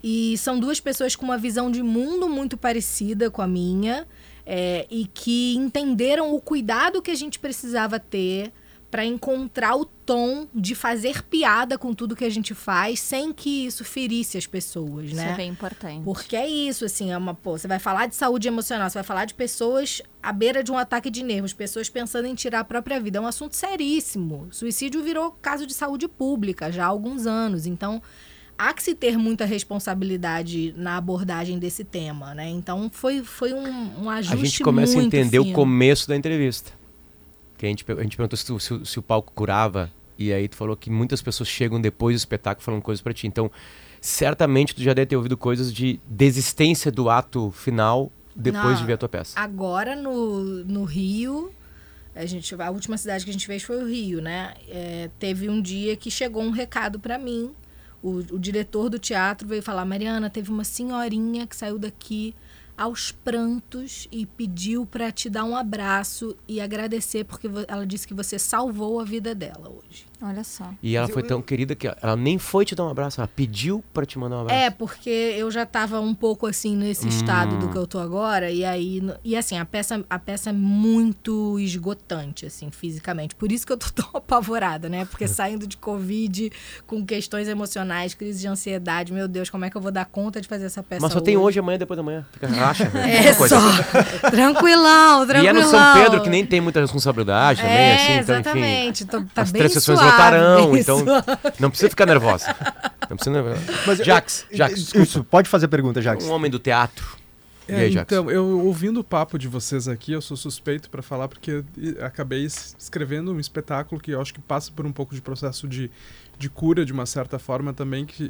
E são duas pessoas com uma visão de mundo muito parecida com a minha, é, e que entenderam o cuidado que a gente precisava ter para encontrar o tom de fazer piada com tudo que a gente faz sem que isso ferisse as pessoas, né? Isso é bem importante. Porque é isso, assim, é uma, pô, você vai falar de saúde emocional, você vai falar de pessoas à beira de um ataque de nervos, pessoas pensando em tirar a própria vida. É um assunto seríssimo. Suicídio virou caso de saúde pública já há alguns anos, então há que se ter muita responsabilidade na abordagem desse tema, né? Então foi, foi um, um ajuste muito A gente começa a entender fino. o começo da entrevista. Que a gente, a gente perguntou se, tu, se, se o palco curava, e aí tu falou que muitas pessoas chegam depois do espetáculo falando coisas pra ti. Então, certamente tu já deve ter ouvido coisas de desistência do ato final depois Não, de ver a tua peça. Agora no, no Rio, a, gente, a última cidade que a gente fez foi o Rio, né? É, teve um dia que chegou um recado pra mim. O, o diretor do teatro veio falar: Mariana, teve uma senhorinha que saiu daqui aos prantos e pediu para te dar um abraço e agradecer porque ela disse que você salvou a vida dela hoje. Olha só. E ela foi tão querida que ela nem foi te dar um abraço, ela pediu pra te mandar um abraço. É, porque eu já tava um pouco assim nesse Hum. estado do que eu tô agora, e aí, e assim, a peça, a peça é muito esgotante, assim, fisicamente. Por isso que eu tô tão apavorada, né? Porque saindo de Covid, com questões emocionais, crise de ansiedade, meu Deus, como é que eu vou dar conta de fazer essa peça Mas só tem hoje, amanhã, depois da manhã. Fica, relaxa. É coisa. só. Tranquilão, tranquilão. E é no São Pedro, que nem tem muita responsabilidade também, É, assim, então, enfim. exatamente. Tô, tá As bem três sessões suave, lotarão, bem então suave. não precisa ficar nervosa. Não precisa nervosa. Mas, Jax, eu- Jax, Isso, desculpa. pode fazer a pergunta, Jax. Um homem do teatro. E É, aí, Jax? então, eu ouvindo o papo de vocês aqui, eu sou suspeito para falar porque eu eh, acabei es- escrevendo um espetáculo que eu acho que passa por um pouco de processo de, de cura, de uma certa forma também, que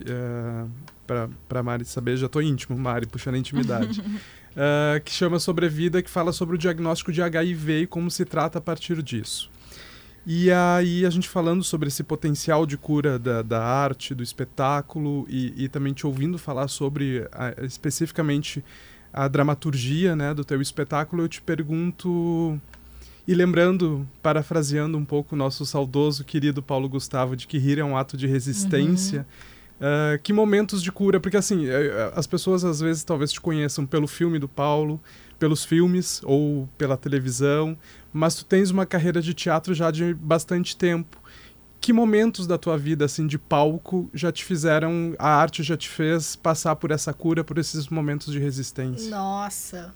uh, para Mari saber, já tô íntimo, Mari, puxando a intimidade, uh, que chama Sobrevida, que fala sobre o diagnóstico de H I V e como se trata a partir disso. E aí a gente falando sobre esse potencial de cura da, da arte, do espetáculo e, e também te ouvindo falar sobre a, especificamente a dramaturgia, né, do teu espetáculo, eu te pergunto, e lembrando, parafraseando um pouco o nosso saudoso, querido Paulo Gustavo, de que rir é um ato de resistência, uhum. uh, que momentos de cura, porque assim, as pessoas às vezes talvez te conheçam pelo filme do Paulo, pelos filmes ou pela televisão, mas tu tens uma carreira de teatro já de bastante tempo. Que momentos da tua vida, assim, de palco já te fizeram, a arte já te fez passar por essa cura, por esses momentos de resistência? Nossa.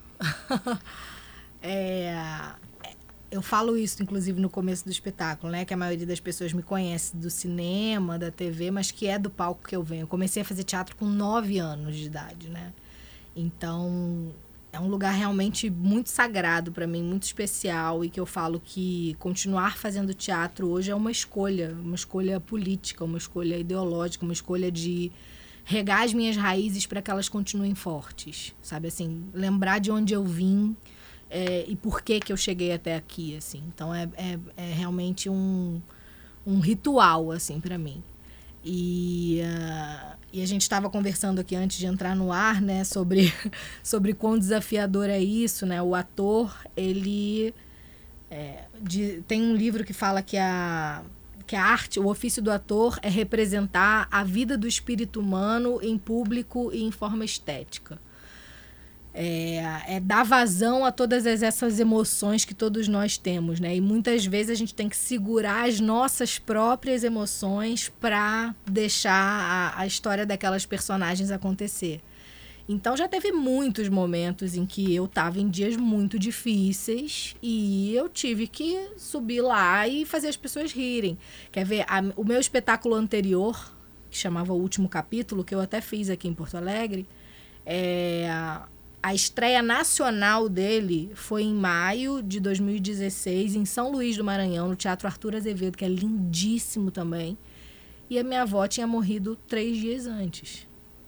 é, eu falo isso, inclusive, no começo do espetáculo, né? Que a maioria das pessoas me conhece do cinema, da T V, mas que é do palco que eu venho. Eu comecei a fazer teatro com nove anos de idade, né? Então, é um lugar realmente muito sagrado para mim, muito especial, e que eu falo que continuar fazendo teatro hoje é uma escolha, uma escolha política, uma escolha ideológica, uma escolha de regar as minhas raízes para que elas continuem fortes, sabe, assim, lembrar de onde eu vim é, e por que que eu cheguei até aqui, assim. Então é, é, é realmente um, um ritual, assim, para mim. E, uh, e a gente estava conversando aqui antes de entrar no ar, né, sobre, sobre quão desafiador é isso, né? O ator, ele... É, de, tem um livro que fala que a, que a arte, o ofício do ator é representar a vida do espírito humano em público e em forma estética. É, é dar vazão a todas as, essas emoções que todos nós temos, né? E muitas vezes a gente tem que segurar as nossas próprias emoções para deixar a, a história daquelas personagens acontecer. Então já teve muitos momentos em que eu estava em dias muito difíceis e eu tive que subir lá e fazer as pessoas rirem. Quer ver? A, o meu espetáculo anterior, que chamava O Último Capítulo, que eu até fiz aqui em Porto Alegre, é... a estreia nacional dele foi em maio de dois mil e dezesseis, em São Luís do Maranhão, no Teatro Arthur Azevedo, que é lindíssimo também. E a minha avó tinha morrido três dias antes.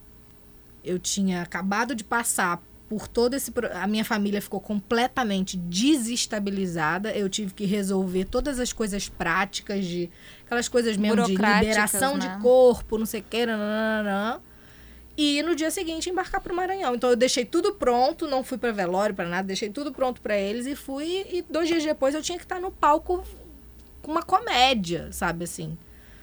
Eu tinha acabado de passar por todo esse... A minha família ficou completamente desestabilizada. Eu tive que resolver todas as coisas práticas, de aquelas coisas mesmo de liberação, né, de corpo, não sei o que, nananana. E no dia seguinte embarcar para o Maranhão. Então eu deixei tudo pronto, não fui para velório, para nada, deixei tudo pronto para eles e fui. E dois dias depois eu tinha que estar no palco com uma comédia, sabe, assim.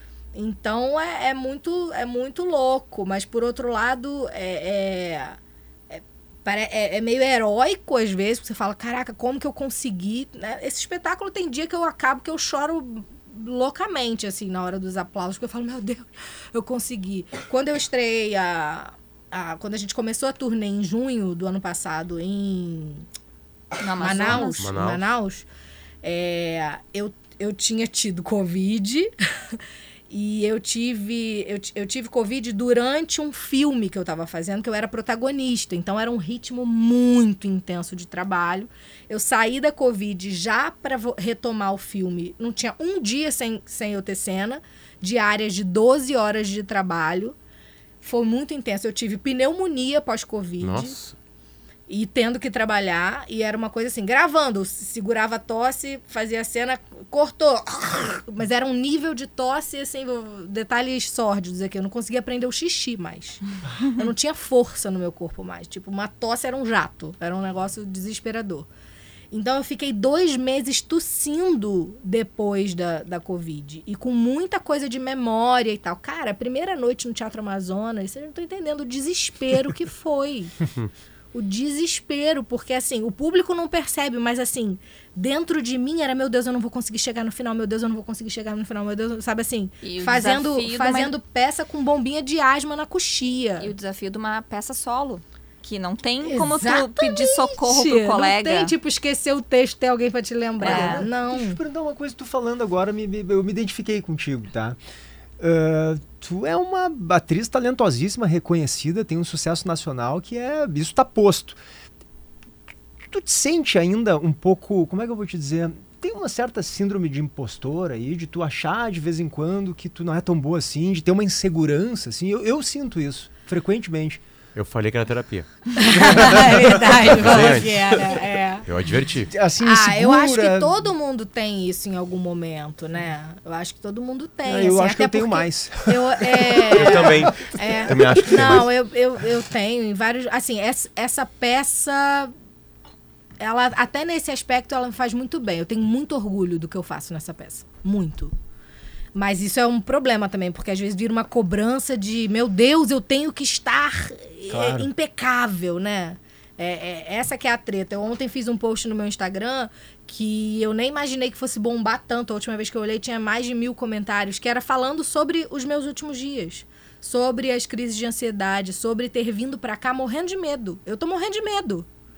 Então é, é, muito, é muito louco, mas por outro lado é, é, é, é meio heróico às vezes, porque você fala, caraca, como que eu consegui, né? Esse espetáculo tem dia que eu acabo que eu choro loucamente, assim, na hora dos aplausos, porque eu falo, meu Deus, eu consegui. Quando eu estreiei a, a... Quando a gente começou a turnê em junho do ano passado em Manaus, Manaus, Manaus é, eu, eu tinha tido Covid e eu tive, eu, eu tive Covid durante um filme que eu estava fazendo, que eu era protagonista. Então, era um ritmo muito intenso de trabalho. Eu saí da Covid já para retomar o filme. Não tinha um dia sem, sem eu ter cena. Diárias de doze horas de trabalho. Foi muito intenso. Eu tive pneumonia pós-Covid. Nossa. E tendo que trabalhar, e era uma coisa assim, gravando, segurava a tosse, fazia a cena, cortou. Mas era um nível de tosse, assim, detalhes sórdidos aqui, eu não conseguia prender o xixi mais. Eu não tinha força no meu corpo mais. Tipo, uma tosse era um jato, era um negócio desesperador. Então, eu fiquei dois meses tossindo depois da, da Covid. E com muita coisa de memória e tal. Cara, a primeira noite no Teatro Amazonas, vocês não estão entendendo o desespero que foi. O desespero, porque assim, o público não percebe, mas assim, dentro de mim era, meu Deus, eu não vou conseguir chegar no final, meu Deus, eu não vou conseguir chegar no final, meu Deus, sabe assim, e fazendo, fazendo uma... peça com bombinha de asma na coxia. E o desafio de uma peça solo, que não tem Exatamente. Como tu pedir socorro pro colega. Não tem, tipo, esquecer o texto, ter alguém pra te lembrar. É. Não. Deixa eu te perguntar uma coisa, tu falando agora, me, me, eu me identifiquei contigo, tá? Uh, tu é uma atriz talentosíssima, reconhecida, tem um sucesso nacional que é... Isso tá posto. Tu te sente ainda um pouco... Como é que eu vou te dizer? Tem uma certa síndrome de impostor aí, de tu achar de vez em quando que tu não é tão boa assim, de ter uma insegurança, assim. Eu, eu sinto isso, frequentemente. Eu falei que era terapia. É verdade, falou que era, é. Eu adverti. Assim, ah, insegura... eu acho que todo mundo tem isso em algum momento, né? Eu acho que todo mundo tem. Ah, eu assim, acho que eu tenho porque mais. Eu, é... Eu também. É. Também acho que tem Não, mais. eu, eu, eu tenho em vários... Assim, essa, essa peça... Ela, até nesse aspecto, ela me faz muito bem. Eu tenho muito orgulho do que eu faço nessa peça. Muito. Mas isso é um problema também, porque às vezes vira uma cobrança de, meu Deus, eu tenho que estar Claro. é, impecável, né? É, é, essa que é a treta. Eu ontem fiz um post no meu Instagram que eu nem imaginei que fosse bombar tanto. A última vez que eu olhei tinha mais de mil comentários, que era falando sobre os meus últimos dias. Sobre as crises de ansiedade, sobre ter vindo pra cá morrendo de medo. Eu tô morrendo de medo.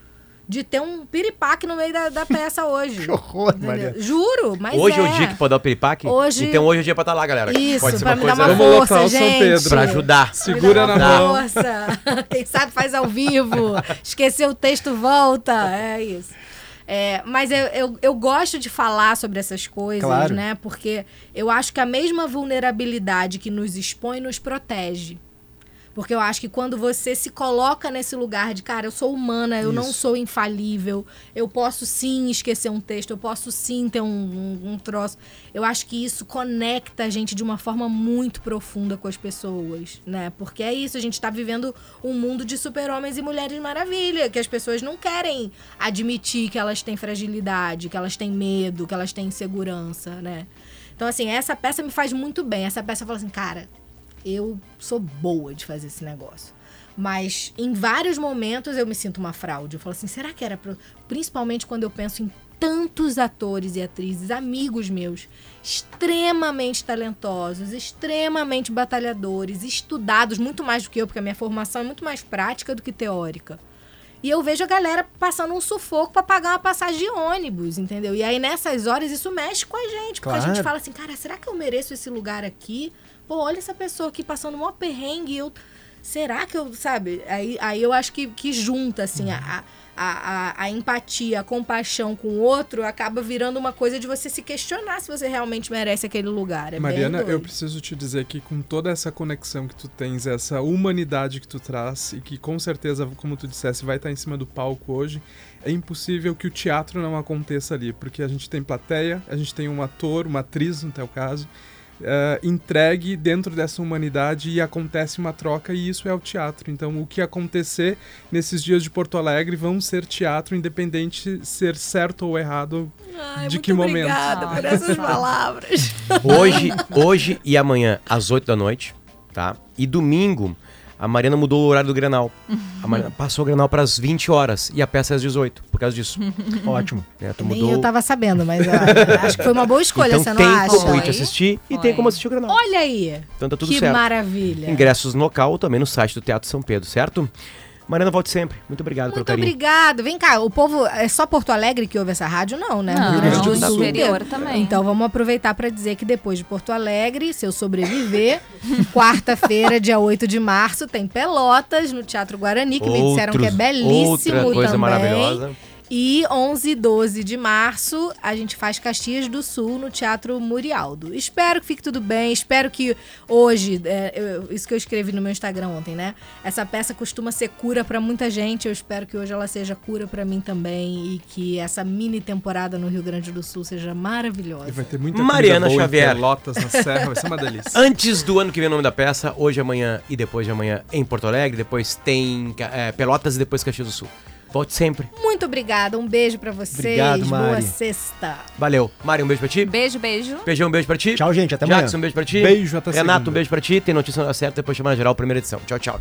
de ter um piripaque no meio da, da peça hoje. Que horror, Entendeu? Maria. Juro, mas Hoje é. é o dia que pode dar o piripaque? Hoje- Então hoje é o dia pra estar lá, galera. Isso, Pode ser pra uma me dar coisa... uma Vamos lotar força, o São gente. Pedro. Pra ajudar. Segura Me na dá uma mão. força. Quem sabe faz ao vivo. Esqueceu o texto, volta. É isso. É, mas eu, eu, eu gosto de falar sobre essas coisas, Claro. né? Porque eu acho que a mesma vulnerabilidade que nos expõe nos protege. Porque eu acho que quando você se coloca nesse lugar de, cara, eu sou humana, eu não Isso. sou infalível, eu posso sim esquecer um texto, eu posso sim ter um, um, um troço. Eu acho que isso conecta a gente de uma forma muito profunda com as pessoas, né? Porque é isso, a gente tá vivendo um mundo de super-homens e mulheres maravilha, que as pessoas não querem admitir que elas têm fragilidade, que elas têm medo, que elas têm insegurança, né? Então, assim, essa peça me faz muito bem. Essa peça fala assim, cara, eu sou boa de fazer esse negócio. Mas em vários momentos eu me sinto uma fraude. Eu falo assim, será que era... Pro... Principalmente quando eu penso em tantos atores e atrizes, amigos meus, extremamente talentosos, extremamente batalhadores, estudados muito mais do que eu, porque a minha formação é muito mais prática do que teórica. E eu vejo a galera passando um sufoco pra pagar uma passagem de ônibus, entendeu? E aí nessas horas isso mexe com a gente, porque Claro. a gente fala assim, cara, será que eu mereço esse lugar aqui? Pô, olha essa pessoa aqui passando um maior perrengue, eu... Será que eu, sabe? Aí, aí eu acho que, que junta, assim, a, a, a, a empatia, a compaixão com o outro acaba virando uma coisa de você se questionar se você realmente merece aquele lugar. É Mariana, bem doido. eu preciso te dizer que com toda essa conexão que tu tens, essa humanidade que tu traz e que com certeza, como tu dissesse, vai estar em cima do palco hoje, é impossível que o teatro não aconteça ali, porque a gente tem plateia, a gente tem um ator, uma atriz no teu caso, Uh, entregue dentro dessa humanidade e acontece uma troca e isso é o teatro. Então o que acontecer nesses dias de Porto Alegre vão ser teatro, independente ser certo ou errado. Ai, de muito que momento? obrigada por essas palavras. Hoje, hoje e amanhã, às oito da noite, tá? E domingo, a Mariana mudou o horário do Grenal. A Mariana passou o Grenal para as vinte horas e a peça é às dezoito, por causa disso. Ótimo. Né? Tu Nem mudou... eu tava sabendo, mas ah, acho que foi uma boa escolha, então você tem não acha? como ir te Foi. assistir e Foi. tem como assistir o Grenal. Olha aí, Então tá tudo que certo. maravilha. Ingressos no local ou também no site do Teatro São Pedro, certo? Mariana, volte sempre. Muito obrigado pelo Muito carinho. obrigado. Vem cá, o povo, é só Porto Alegre que ouve essa rádio? Não, né? Não, Rio Grande do no Sul exterior inteiro. também. Então vamos aproveitar para dizer que depois de Porto Alegre, se eu sobreviver, quarta-feira, dia oito de março, tem Pelotas no Teatro Guarani, que me disseram que é Outros- belíssimo outra coisa também. maravilhosa. E onze e doze de março, a gente faz Caxias do Sul no Teatro Murialdo. Espero que fique tudo bem, espero que hoje, é, eu- isso que eu escrevi no meu Instagram ontem, né? Essa peça costuma ser cura pra muita gente, eu espero que hoje ela seja cura pra mim também e que essa mini temporada no Rio Grande do Sul seja maravilhosa. E vai ter muita Mariana comida boa Xavier. em Pelotas, na Serra, vai ser uma delícia. Antes do ano que vem o nome da peça, hoje, amanhã e depois de amanhã em Porto Alegre, depois tem é, Pelotas e depois Caxias do Sul. Volte sempre. Muito obrigada, um beijo pra vocês, Obrigado, boa Mari. sexta. Valeu. Mari, um beijo pra ti. Beijo, beijo. Beijão, um beijo pra ti. Tchau, gente. Até amanhã. Jackson, um beijo pra ti. Beijo, até Renato, segunda. um beijo pra ti. Tem notícia na hora certa, depois chamar na geral, primeira edição. Tchau, tchau.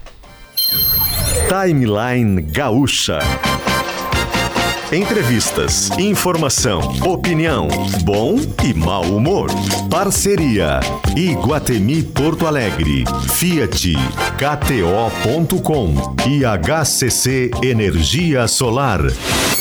Timeline Gaúcha. Entrevistas, informação, opinião, bom e mau humor. Parceria Iguatemi Porto Alegre, Fiat, K T O ponto com e H C C Energia Solar.